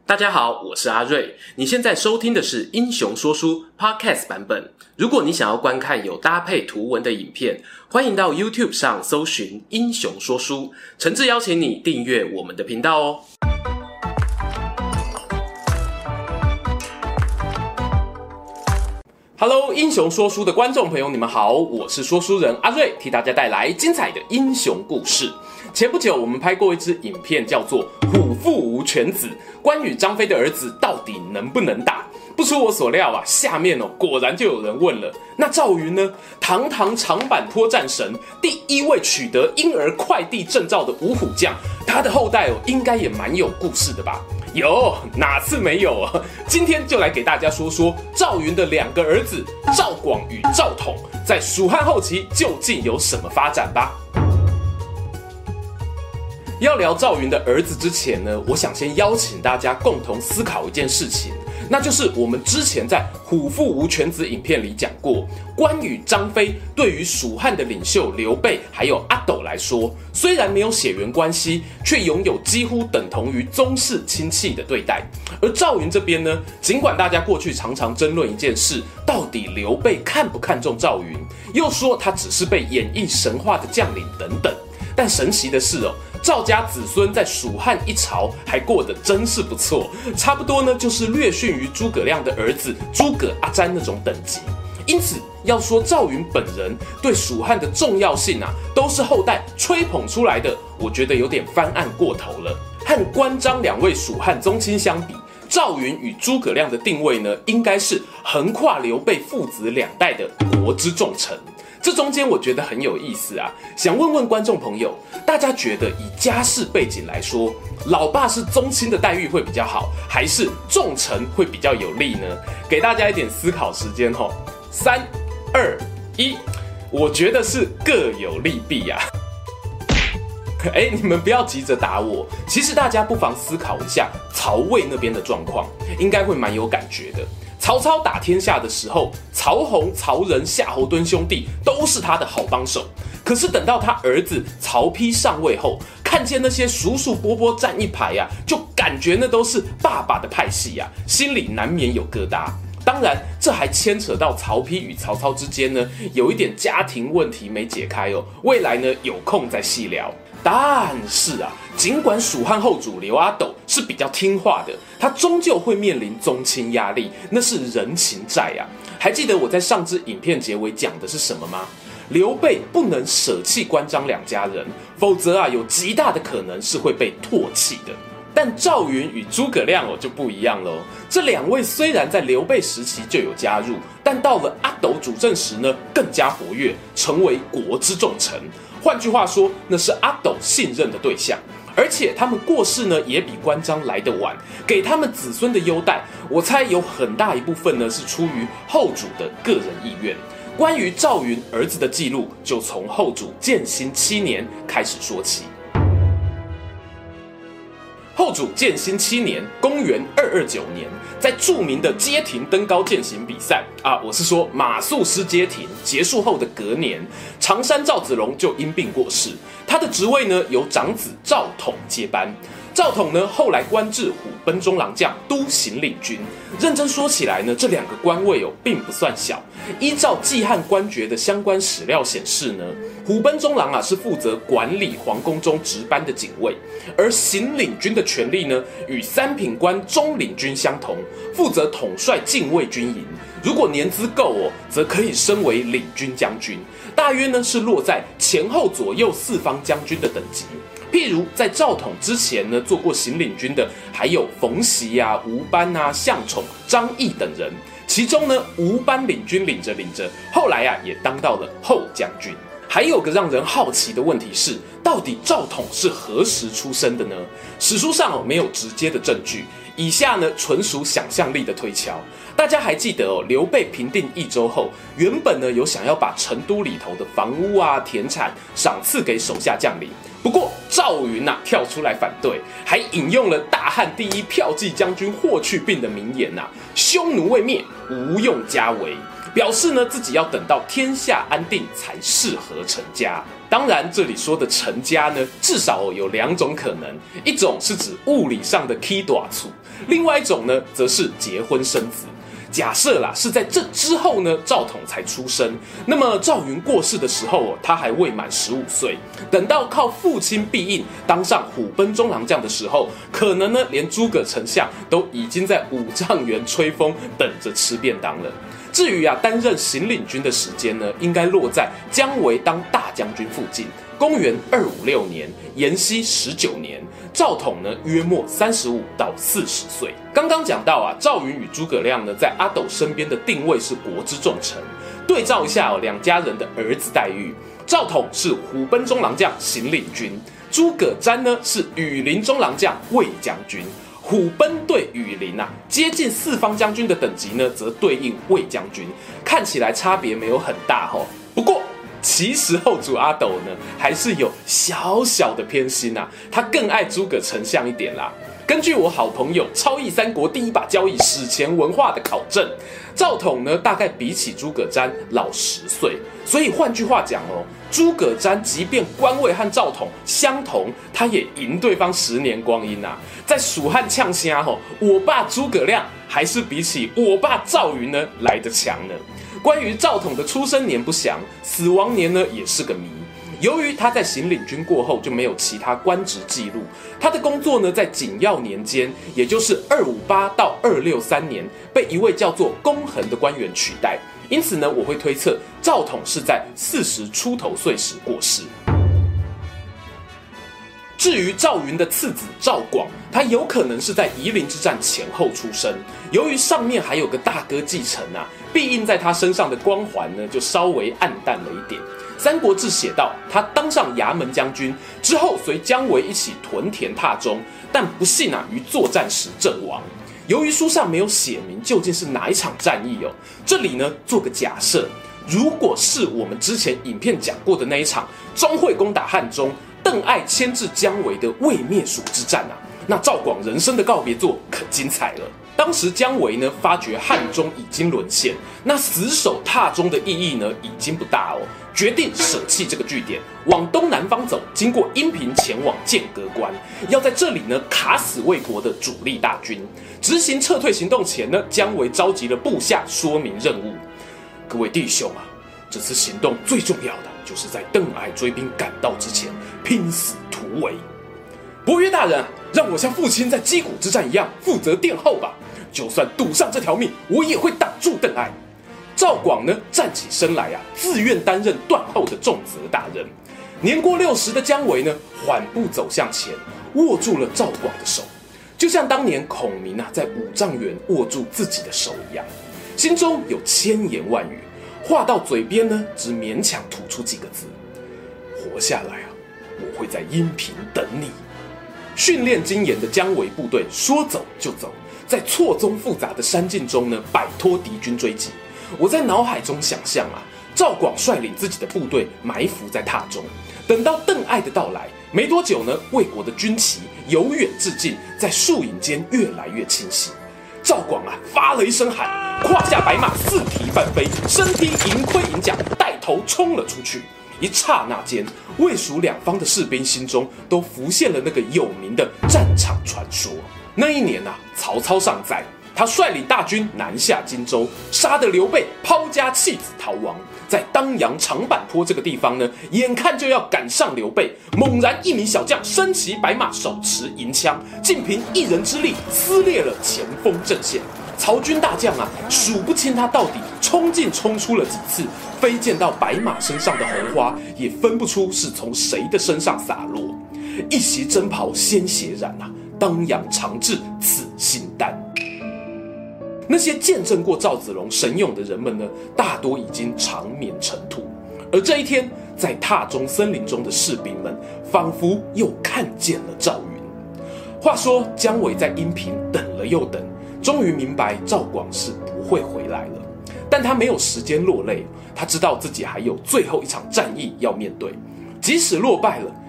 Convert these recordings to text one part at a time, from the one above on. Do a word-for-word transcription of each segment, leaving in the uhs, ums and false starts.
大家好，我是阿瑞。你现在收听的是英雄说书 Podcast 版本。如果你想要观看有搭配图文的影片，欢迎到 YouTube 上搜寻英雄说书，诚挚邀请你订阅我们的频道哦。Hello， 英雄说书的观众朋友，你们好，我是说书人阿瑞，替大家带来精彩的英雄故事。前不久我们拍过一支影片，叫做《虎父无犬子》，关羽张飞的儿子到底能不能打？不出我所料啊，下面哦果然就有人问了，那赵云呢？堂堂长坂坡战神，第一位取得婴儿快递证照的五虎将，他的后代哦应该也蛮有故事的吧？有，哪次没有啊？今天就来给大家说说赵云的两个儿子赵广与赵统，在蜀汉后期究竟有什么发展吧。要聊赵云的儿子之前呢，我想先邀请大家共同思考一件事情，那就是我们之前在虎父无犬子影片里讲过，关羽、张飞对于蜀汉的领袖刘备还有阿斗来说，虽然没有血缘关系，却拥有几乎等同于宗室亲戚的对待。而赵云这边呢，尽管大家过去常常争论一件事，到底刘备看不看重赵云，又说他只是被演绎神话的将领等等，但神奇的是哦，赵家子孙在蜀汉一朝还过得真是不错，差不多呢就是略逊于诸葛亮的儿子诸葛阿詹那种等级。因此要说赵云本人对蜀汉的重要性啊，都是后代吹捧出来的，我觉得有点翻案过头了。和关张两位蜀汉宗亲相比，赵云与诸葛亮的定位呢，应该是横跨刘备父子两代的国之重臣。这中间我觉得很有意思啊，想问问观众朋友，大家觉得以家世背景来说，老爸是宗亲的待遇会比较好，还是重臣会比较有利呢？给大家一点思考时间吼，三、二、一，我觉得是各有利弊啊。哎，你们不要急着打我，其实大家不妨思考一下曹魏那边的状况，应该会蛮有感觉的。曹操打天下的时候，曹洪、曹仁、夏侯惇兄弟都是他的好帮手。可是等到他儿子曹丕上位后，看见那些叔叔伯伯站一排啊，就感觉那都是爸爸的派系啊，心里难免有疙瘩。当然，这还牵扯到曹丕与曹操之间呢，有一点家庭问题没解开哦。未来呢，有空再细聊。但是啊，尽管蜀汉后主刘阿斗是比较听话的，他终究会面临宗亲压力，那是人情债啊。还记得我在上支影片结尾讲的是什么吗？刘备不能舍弃关张两家人，否则啊，有极大的可能是会被唾弃的。但赵云与诸葛亮哦就不一样喽，这两位虽然在刘备时期就有加入，但到了阿斗主政时呢，更加活跃，成为国之重臣。换句话说，那是阿斗信任的对象，而且他们过世呢，也比关张来得晚，给他们子孙的优待，我猜有很大一部分呢是出于后主的个人意愿。关于赵云儿子的记录，就从后主建兴七年开始说起。后主建兴七年，公元二二九年，在著名的街亭登高践行比赛啊，我是说马谡失街亭结束后的隔年，常山赵子龙就因病过世，他的职位呢由长子赵统接班。赵统呢后来官至虎贲中郎将、都行领军。认真说起来呢，这两个官位哦并不算小。依照季汉官爵的相关史料显示呢，虎贲中郎啊是负责管理皇宫中值班的警卫，而行领军的权力呢与三品官中领军相同，负责统帅禁卫军营。如果年资够哦，则可以升为领军将军，大约呢是落在前后左右四方将军的等级。譬如在赵统之前呢，做过行领军的还有冯习啊、吴班啊、向宠、张翼等人。其中呢，吴班领军领着领着，后来啊也当到了后将军。还有个让人好奇的问题是，到底赵统是何时出生的呢？史书上哦没有直接的证据，以下呢纯属想象力的推敲。大家还记得哦，刘备平定益州后，原本呢有想要把成都里头的房屋啊、田产赏赐给手下将领。不不过赵云啊跳出来反对，还引用了大汉第一骠骑将军霍去病的名言啊：“匈奴未灭，无用家为。”表示呢自己要等到天下安定才适合成家。当然，这里说的成家呢，至少有两种可能，一种是指物理上的起大厝，另外一种呢，则是结婚生子。假设啦，是在这之后呢，赵统才出生。那么赵云过世的时候哦，他还未满十五岁。等到靠父亲庇应当上虎贲中郎将的时候，可能呢，连诸葛丞相都已经在五丈原吹风，等着吃便当了。至于啊，担任行领军的时间呢，应该落在姜维当大将军附近。公元二五六年，延熙十九年，赵统呢约莫三十五到四十岁。刚刚讲到啊，赵云与诸葛亮呢在阿斗身边的定位是国之重臣。对照一下哦，两家人的儿子待遇，赵统是虎贲中郎将、行领军，诸葛瞻呢是羽林中郎将、卫将军。虎贲对羽林啊，接近四方将军的等级呢，则对应卫将军，看起来差别没有很大哦。不过，其实后主阿斗呢，还是有小小的偏心啊，他更爱诸葛丞相一点啦。根据我好朋友超译三国第一把交椅史前文化的考证，赵统呢大概比起诸葛瞻老十岁，所以换句话讲哦，诸葛瞻即便官位和赵统相同，他也赢对方十年光阴啊。在蜀汉呛虾吼，我爸诸葛亮还是比起我爸赵云呢来得强呢。关于赵统的出生年不详，死亡年呢也是个谜。由于他在行领军过后就没有其他官职记录，他的工作呢在景耀年间，也就是二五八到二六三年，被一位叫做公衡的官员取代。因此呢，我会推测赵统是在四十出头岁时过世。至于赵云的次子赵广，他有可能是在夷陵之战前后出生。由于上面还有个大哥继承啊，必印在他身上的光环呢，就稍微暗淡了一点。《三国志》写道，他当上衙门将军之后，随姜维一起屯田踏中，但不幸啊，于作战时阵亡。由于书上没有写明究竟是哪一场战役哦，这里呢做个假设，如果是我们之前影片讲过的那一场钟会攻打汉中，邓艾牵制姜维的魏灭蜀之战啊，那赵广人生的告别作可精彩了。当时姜维呢发觉汉中已经沦陷，那死守踏中的意义呢已经不大哦，决定舍弃这个据点，往东南方走，经过阴平前往剑阁关，要在这里呢卡死魏国的主力大军。执行撤退行动前呢，姜维召集了部下说明任务：各位弟兄啊，这次行动最重要的就是在邓艾追兵赶到之前拼死突围。伯约大人，让我像父亲在击鼓之战一样负责殿后吧，就算赌上这条命，我也会挡住邓艾。赵广呢站起身来啊，自愿担任断后的重责大任。年过六十的姜维呢，缓步走向前，握住了赵广的手，就像当年孔明啊在五丈原握住自己的手一样，心中有千言万语，话到嘴边呢，只勉强吐出几个字：活下来啊，我会在阴平等你。训练精严的姜维部队说走就走，在错综复杂的山境中呢，摆脱敌军追击。我在脑海中想象啊，赵广率领自己的部队埋伏在踏中，等到邓艾的到来，没多久呢，魏国的军旗由远至近，在树影间越来越清晰。赵广啊，发了一声喊，胯下白马四蹄翻飞，身披银盔银甲，带头冲了出去。一刹那间，魏蜀两方的士兵心中都浮现了那个有名的战场传说。那一年啊，曹操尚在，他率领大军南下荆州，杀得刘备抛家弃子逃亡。在当阳长坂坡这个地方呢，眼看就要赶上刘备，猛然一名小将身骑白马，手持银枪，竟凭一人之力撕裂了前锋阵线。曹军大将啊，数不清他到底冲进冲出了几次，飞溅到白马身上的红花也分不出是从谁的身上洒落。一袭征袍鲜血染啊，当阳长治此心丹。那些见证过赵子龙神勇的人们呢，大多已经长眠尘土。而这一天，在踏中森林中的士兵们，仿佛又看见了赵云。话说姜维在阴平等了又等，终于明白赵广是不会回来了，但他没有时间落泪，他知道自己还有最后一场战役要面对，即使落败了，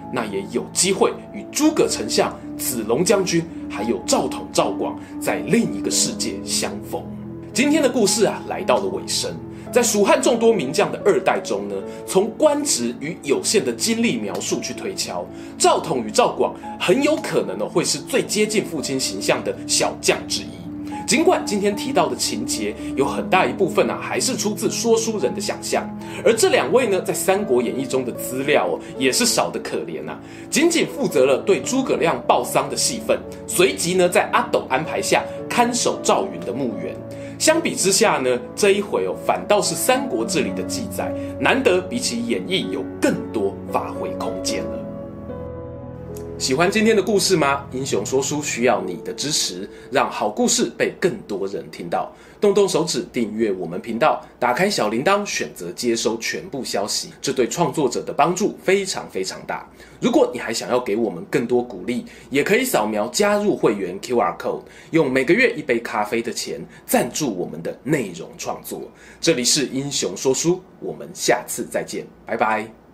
那也有机会与诸葛丞相、子龙将军还有赵统、赵广在另一个世界相逢。今天的故事啊，来到了尾声。在蜀汉众多名将的二代中呢，从官职与有限的经历描述去推敲，赵统与赵广很有可能呢会是最接近父亲形象的小将之一。尽管今天提到的情节有很大一部分啊，还是出自说书人的想象，而这两位呢，在《三国演义》中的资料哦，也是少得可怜啊，仅仅负责了对诸葛亮报丧的戏份，随即呢，在阿斗安排下看守赵云的墓园。相比之下呢，这一回哦，反倒是《三国志》里的记载，难得比起演义有更多发挥空间了。喜欢今天的故事吗？英雄说书需要你的支持，让好故事被更多人听到。动动手指订阅我们频道，打开小铃铛，选择接收全部消息，这对创作者的帮助非常非常大。如果你还想要给我们更多鼓励，也可以扫描加入会员 Q R code， 用每个月一杯咖啡的钱赞助我们的内容创作。这里是英雄说书，我们下次再见，拜拜。